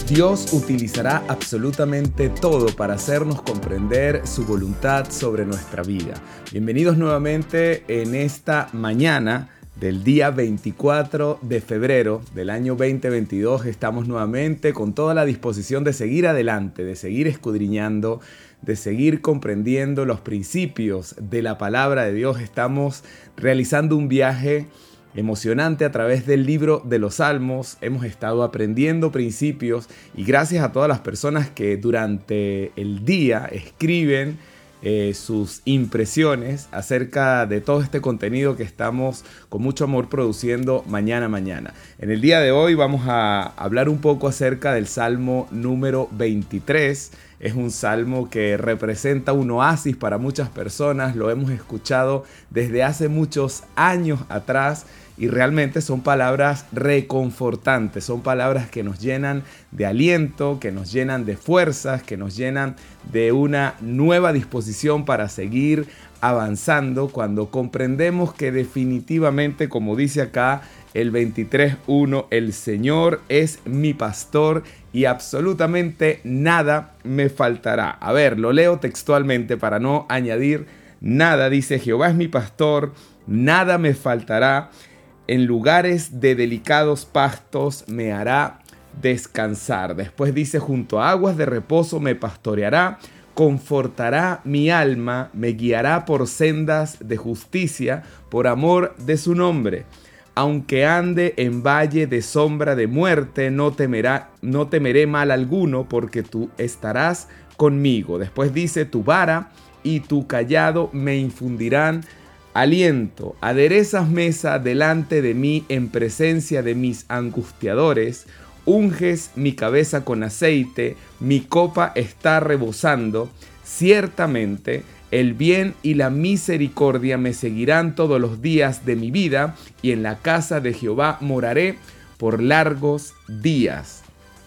Dios utilizará absolutamente todo para hacernos comprender su voluntad sobre nuestra vida. Bienvenidos nuevamente en esta mañana del día 24 de febrero del año 2022. Estamos nuevamente con toda la disposición de seguir adelante, de seguir escudriñando, de seguir comprendiendo los principios de la palabra de Dios. Estamos realizando un viaje emocionante a través del libro de los Salmos. Hemos estado aprendiendo principios y gracias a todas las personas que durante el día escriben sus impresiones acerca de todo este contenido que estamos con mucho amor produciendo mañana a mañana. En el día de hoy vamos a hablar un poco acerca del Salmo número 23. Es un salmo que representa un oasis para muchas personas, lo hemos escuchado desde hace muchos años atrás y realmente son palabras reconfortantes, son palabras que nos llenan de aliento, que nos llenan de fuerzas, que nos llenan de una nueva disposición para seguir avanzando cuando comprendemos que definitivamente, como dice acá el 23:1, el Señor es mi pastor y absolutamente nada me faltará. A ver, lo leo textualmente para no añadir nada. Dice: Jehová es mi pastor, nada me faltará. En lugares de delicados pastos me hará descansar. Después dice: junto a aguas de reposo me pastoreará, confortará mi alma, me guiará por sendas de justicia, por amor de su nombre. Aunque ande en valle de sombra de muerte, no temeré mal alguno, porque tú estarás conmigo. Después dice: tu vara y tu cayado me infundirán aliento. Aderezas mesa delante de mí en presencia de mis angustiadores. Unges mi cabeza con aceite, mi copa está rebosando. Ciertamente el bien y la misericordia me seguirán todos los días de mi vida, y en la casa de Jehová moraré por largos días.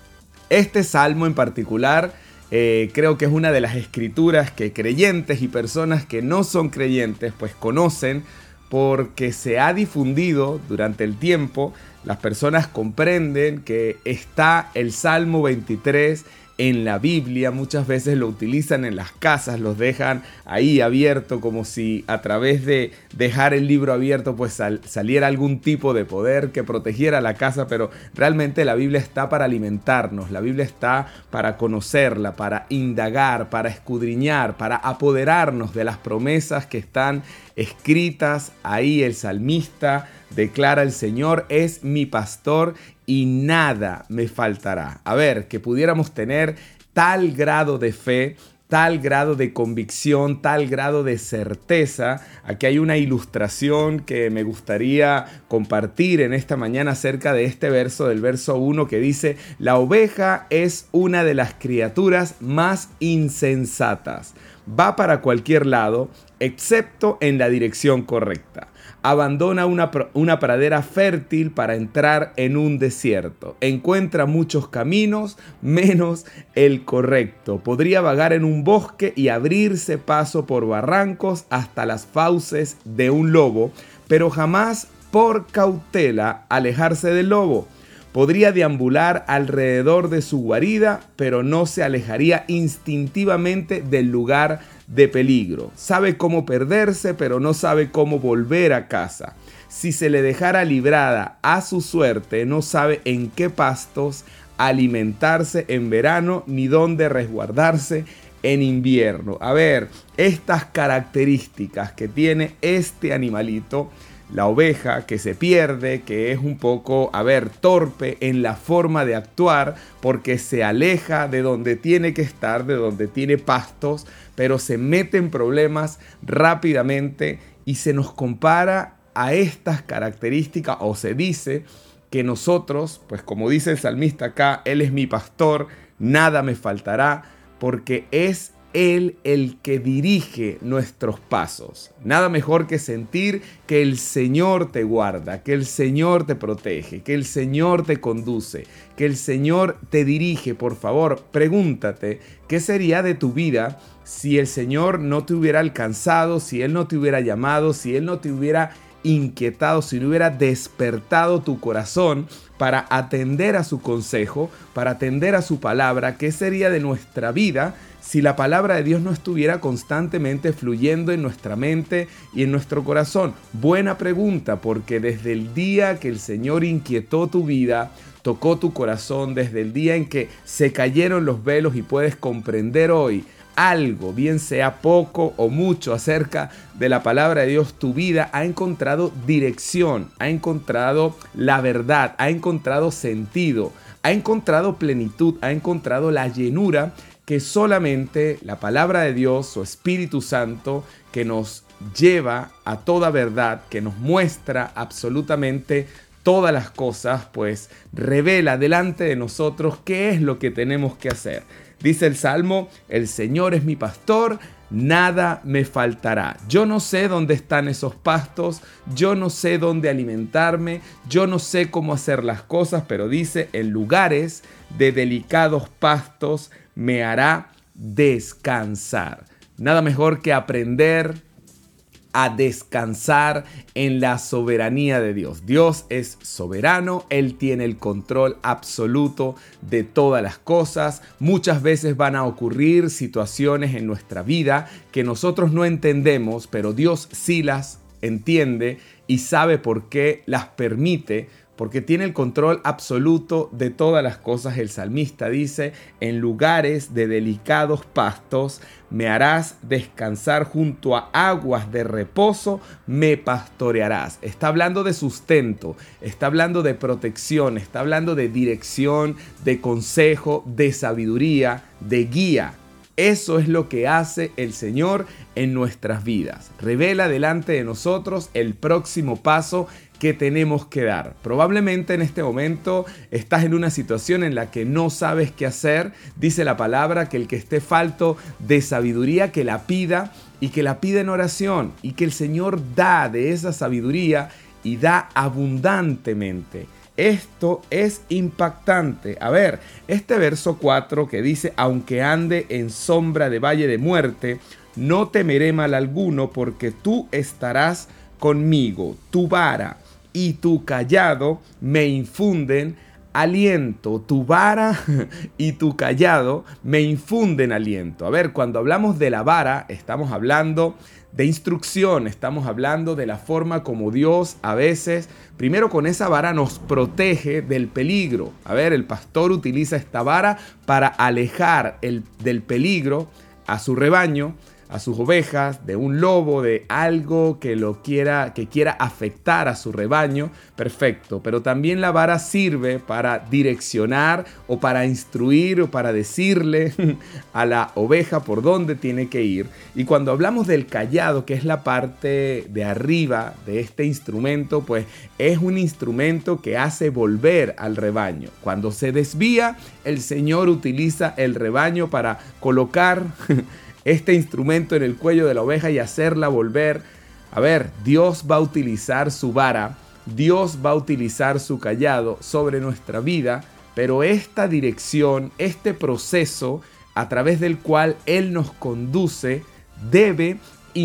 Este salmo en particular creo que es una de las escrituras que creyentes y personas que no son creyentes pues conocen, porque se ha difundido durante el tiempo. Las personas comprenden que está el Salmo 23 en la Biblia, muchas veces lo utilizan en las casas, los dejan ahí abierto como si a través de dejar el libro abierto pues saliera algún tipo de poder que protegiera la casa, pero realmente la Biblia está para alimentarnos, la Biblia está para conocerla, para indagar, para escudriñar, para apoderarnos de las promesas que están escritas ahí. El salmista declara: el Señor es mi pastor y nada me faltará. A ver, que pudiéramos tener tal grado de fe, tal grado de convicción, tal grado de certeza. Aquí hay una ilustración que me gustaría compartir en esta mañana acerca de este verso, del verso 1, que dice: la oveja es una de las criaturas más insensatas. Va para cualquier lado, excepto en la dirección correcta. Abandona una pradera fértil para entrar en un desierto. Encuentra muchos caminos, menos el correcto. Podría vagar en un bosque y abrirse paso por barrancos hasta las fauces de un lobo, pero jamás por cautela alejarse del lobo. Podría deambular alrededor de su guarida, pero no se alejaría instintivamente del lugar de peligro. Sabe cómo perderse, pero no sabe cómo volver a casa. Si se le dejara librada a su suerte, no sabe en qué pastos alimentarse en verano, ni dónde resguardarse en invierno. A ver, estas características que tiene este animalito, la oveja, que se pierde, que es un poco, torpe en la forma de actuar, porque se aleja de donde tiene que estar, de donde tiene pastos, pero se mete en problemas rápidamente, y se nos compara a estas características, o se dice que nosotros, pues como dice el salmista acá: Él es mi pastor, nada me faltará, porque es Él el que dirige nuestros pasos. Nada mejor que sentir que el Señor te guarda, que el Señor te protege, que el Señor te conduce, que el Señor te dirige. Por favor, pregúntate, ¿qué sería de tu vida si el Señor no te hubiera alcanzado, si Él no te hubiera llamado, si Él no te hubiera inquietado, si no hubiera despertado tu corazón para atender a su consejo, para atender a su palabra, ¿qué sería de nuestra vida si la palabra de Dios no estuviera constantemente fluyendo en nuestra mente y en nuestro corazón? Buena pregunta, porque desde el día que el Señor inquietó tu vida, tocó tu corazón, desde el día en que se cayeron los velos y puedes comprender hoy algo, bien sea poco o mucho, acerca de la palabra de Dios, tu vida ha encontrado dirección, ha encontrado la verdad, ha encontrado sentido, ha encontrado plenitud, ha encontrado la llenura que solamente la palabra de Dios, su Espíritu Santo, que nos lleva a toda verdad, que nos muestra absolutamente todas las cosas, pues revela delante de nosotros qué es lo que tenemos que hacer. Dice el Salmo: el Señor es mi pastor, nada me faltará. Yo no sé dónde están esos pastos, yo no sé dónde alimentarme, yo no sé cómo hacer las cosas, pero dice: en lugares de delicados pastos me hará descansar. Nada mejor que aprender a descansar en la soberanía de Dios. Dios es soberano, Él tiene el control absoluto de todas las cosas. Muchas veces van a ocurrir situaciones en nuestra vida que nosotros no entendemos, pero Dios sí las entiende y sabe por qué las permite, porque tiene el control absoluto de todas las cosas. El salmista dice: en lugares de delicados pastos me harás descansar, junto a aguas de reposo me pastorearás. Está hablando de sustento, está hablando de protección, está hablando de dirección, de consejo, de sabiduría, de guía. Eso es lo que hace el Señor en nuestras vidas. Revela delante de nosotros el próximo paso que tenemos que dar. Probablemente en este momento estás en una situación en la que no sabes qué hacer. Dice la palabra que el que esté falto de sabiduría, que la pida, y que la pida en oración, y que el Señor da de esa sabiduría y da abundantemente. Esto es impactante. A ver, este verso 4 que dice: aunque ande en sombra de valle de muerte, no temeré mal alguno, porque tú estarás conmigo. Tu vara y tu cayado me infunden aliento. Tu vara y tu cayado me infunden aliento. A ver, cuando hablamos de la vara, estamos hablando de instrucción, estamos hablando de la forma como Dios a veces, primero con esa vara nos protege del peligro. A ver, el pastor utiliza esta vara para alejar del peligro a su rebaño, a sus ovejas, de un lobo, de algo que quiera afectar a su rebaño. Perfecto, pero también la vara sirve para direccionar o para instruir o para decirle a la oveja por dónde tiene que ir. Y cuando hablamos del cayado, que es la parte de arriba de este instrumento, pues es un instrumento que hace volver al rebaño. Cuando se desvía, el Señor utiliza el rebaño para colocar este instrumento en el cuello de la oveja y hacerla volver. A ver, Dios va a utilizar su vara, Dios va a utilizar su cayado sobre nuestra vida, pero esta dirección, este proceso a través del cual Él nos conduce, debe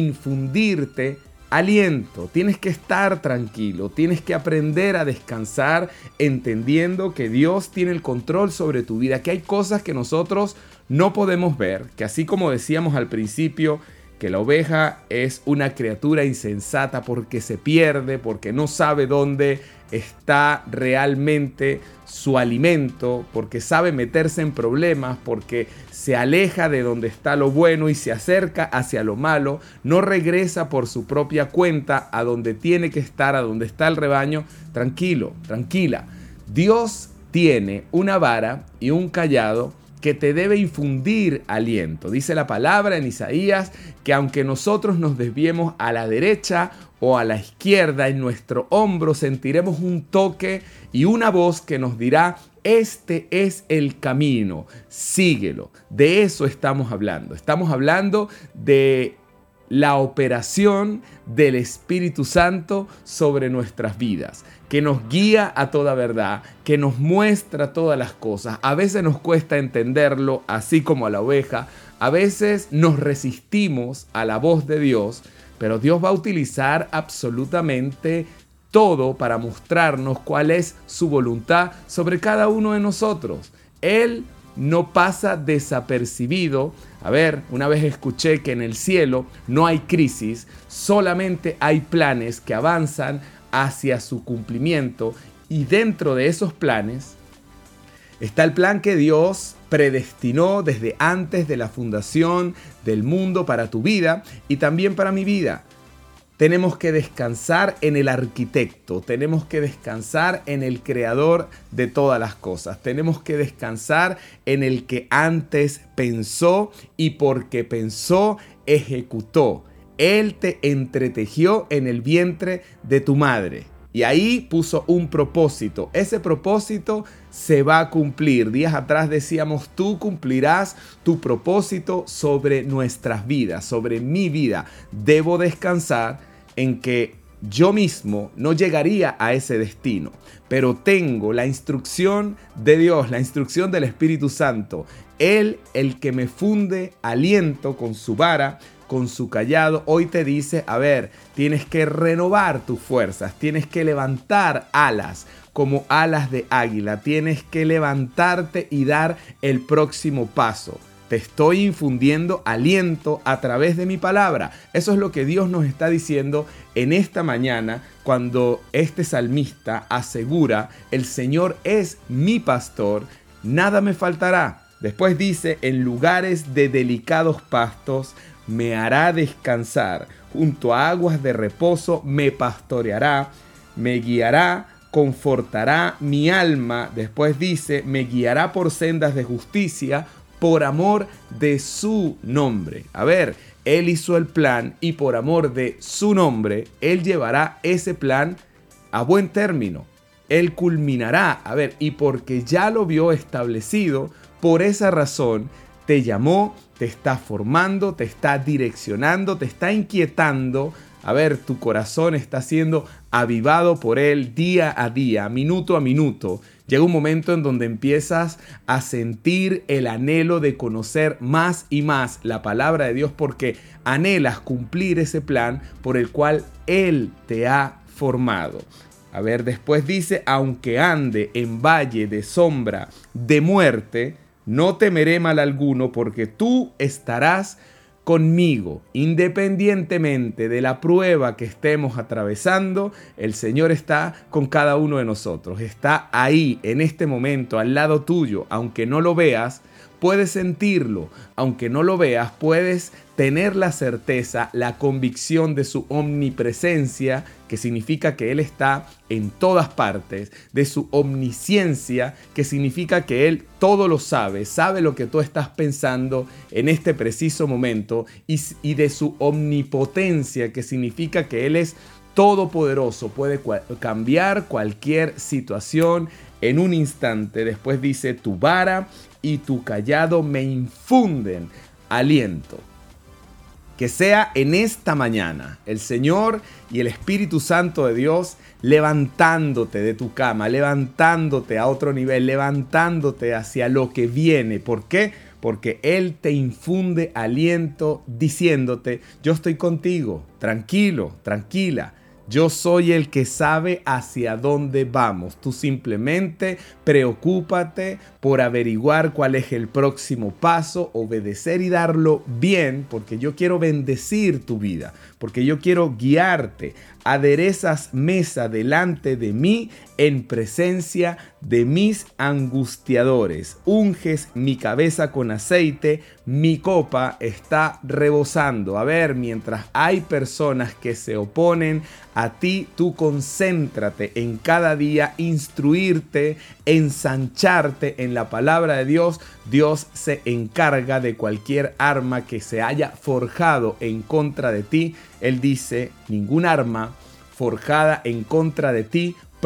infundirte aliento. Tienes que estar tranquilo, tienes que aprender a descansar entendiendo que Dios tiene el control sobre tu vida, que hay cosas que nosotros no podemos ver, que así como decíamos al principio, que la oveja es una criatura insensata porque se pierde, porque no sabe dónde está realmente su alimento, porque sabe meterse en problemas, porque se aleja de donde está lo bueno y se acerca hacia lo malo, no regresa por su propia cuenta a donde tiene que estar, a donde está el rebaño. Tranquilo, tranquila. Dios tiene una vara y un cayado que te debe infundir aliento. Dice la palabra en Isaías que aunque nosotros nos desviemos a la derecha o a la izquierda, en nuestro hombro sentiremos un toque y una voz que nos dirá: este es el camino, síguelo. De eso estamos hablando. Estamos hablando de la operación del Espíritu Santo sobre nuestras vidas, que nos guía a toda verdad, que nos muestra todas las cosas. A veces nos cuesta entenderlo, así como a la oveja. A veces nos resistimos a la voz de Dios, pero Dios va a utilizar absolutamente todo para mostrarnos cuál es su voluntad sobre cada uno de nosotros. Él no pasa desapercibido. A ver, una vez escuché que en el cielo no hay crisis, solamente hay planes que avanzan hacia su cumplimiento, y dentro de esos planes está el plan que Dios predestinó desde antes de la fundación del mundo para tu vida y también para mi vida. Tenemos que descansar en el arquitecto, tenemos que descansar en el creador de todas las cosas, tenemos que descansar en el que antes pensó y porque pensó, ejecutó. Él te entretejió en el vientre de tu madre y ahí puso un propósito. Ese propósito se va a cumplir. Días atrás decíamos, tú cumplirás tu propósito sobre nuestras vidas, sobre mi vida. Debo descansar en que yo mismo no llegaría a ese destino, pero tengo la instrucción de Dios, la instrucción del Espíritu Santo. Él, el que me funde aliento con su vara, con su cayado, hoy te dice, a ver, tienes que renovar tus fuerzas, tienes que levantar alas como alas de águila, tienes que levantarte y dar el próximo paso. Te estoy infundiendo aliento a través de mi palabra. Eso es lo que Dios nos está diciendo en esta mañana cuando este salmista asegura, el Señor es mi pastor, nada me faltará. Después dice, en lugares de delicados pastos me hará descansar, junto a aguas de reposo me pastoreará, me guiará, confortará mi alma. Después dice, me guiará por sendas de justicia, por amor de su nombre. A ver, Él hizo el plan y por amor de su nombre, Él llevará ese plan a buen término. Él culminará. A ver, y porque ya lo vio establecido, por esa razón te llamó, te está formando, te está direccionando, te está inquietando. A ver, tu corazón está siendo avivado por Él día a día, minuto a minuto. Llega un momento en donde empiezas a sentir el anhelo de conocer más y más la palabra de Dios porque anhelas cumplir ese plan por el cual Él te ha formado. A ver, después dice, aunque ande en valle de sombra de muerte, no temeré mal alguno porque tú estarás conmigo. Independientemente de la prueba que estemos atravesando, el Señor está con cada uno de nosotros. Está ahí, en este momento, al lado tuyo. Aunque no lo veas, puedes sentirlo. Aunque no lo veas, puedes tener la certeza, la convicción de su omnipresencia, que significa que Él está en todas partes, de su omnisciencia, que significa que Él todo lo sabe, sabe lo que tú estás pensando en este preciso momento, y de su omnipotencia, que significa que Él es todopoderoso, puede cambiar cualquier situación en un instante. Después dice, tu vara y tu cayado me infunden aliento. Que sea en esta mañana el Señor y el Espíritu Santo de Dios levantándote de tu cama, levantándote a otro nivel, levantándote hacia lo que viene. ¿Por qué? Porque Él te infunde aliento diciéndote, yo estoy contigo, tranquilo, tranquila. Yo soy el que sabe hacia dónde vamos. Tú simplemente preocúpate por averiguar cuál es el próximo paso, obedecer y darlo bien, porque yo quiero bendecir tu vida, porque yo quiero guiarte. Aderezas mesa delante de mí en presencia de mis angustiadores. Unges mi cabeza con aceite, mi copa está rebosando. A ver, mientras hay personas que se oponen a ti, tú concéntrate en cada día, instruirte, ensancharte en la palabra de Dios. Dios se encarga de cualquier arma que se haya forjado en contra de ti. Él dice, ningún arma forjada en contra de ti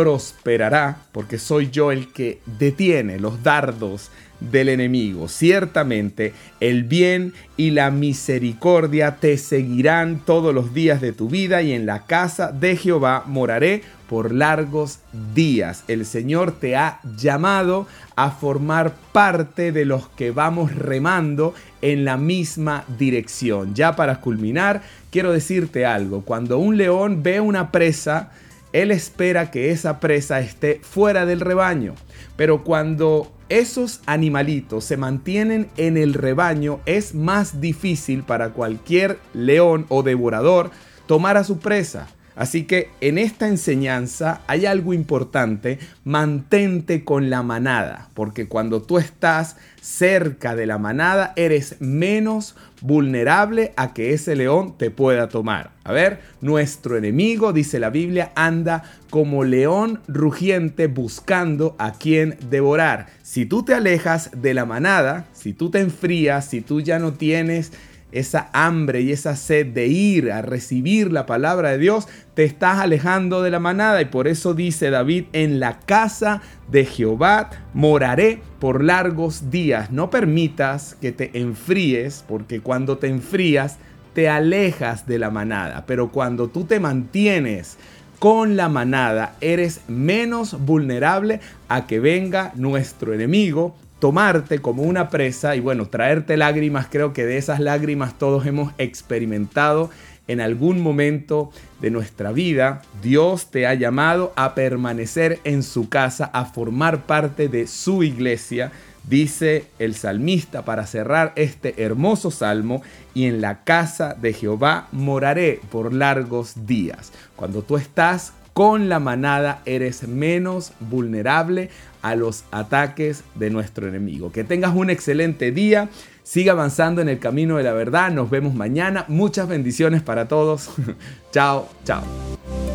prosperará, porque soy yo el que detiene los dardos del enemigo. Ciertamente el bien y la misericordia te seguirán todos los días de tu vida, y en la casa de Jehová moraré por largos días. El Señor te ha llamado a formar parte de los que vamos remando en la misma dirección. Ya para culminar, quiero decirte algo. Cuando un león ve una presa, él espera que esa presa esté fuera del rebaño. Pero cuando esos animalitos se mantienen en el rebaño, es más difícil para cualquier león o devorador tomar a su presa. Así que en esta enseñanza hay algo importante: mantente con la manada, porque cuando tú estás cerca de la manada eres menos vulnerable a que ese león te pueda tomar. A ver, nuestro enemigo, dice la Biblia, anda como león rugiente buscando a quien devorar. Si tú te alejas de la manada, si tú te enfrías, si tú ya no tienes esa hambre y esa sed de ir a recibir la palabra de Dios, te estás alejando de la manada. Y por eso dice David: en la casa de Jehová moraré por largos días. No permitas que te enfríes, porque cuando te enfrías te alejas de la manada. Pero cuando tú te mantienes con la manada, eres menos vulnerable a que venga nuestro enemigo, tomarte como una presa y bueno, traerte lágrimas. Creo que de esas lágrimas todos hemos experimentado en algún momento de nuestra vida. Dios te ha llamado a permanecer en su casa, a formar parte de su iglesia. Dice el salmista para cerrar este hermoso salmo: y en la casa de Jehová moraré por largos días. Cuando tú estás con la manada, eres menos vulnerable a los ataques de nuestro enemigo. Que tengas un excelente día. Siga avanzando en el camino de la verdad. Nos vemos mañana. Muchas bendiciones para todos. Chao, chao.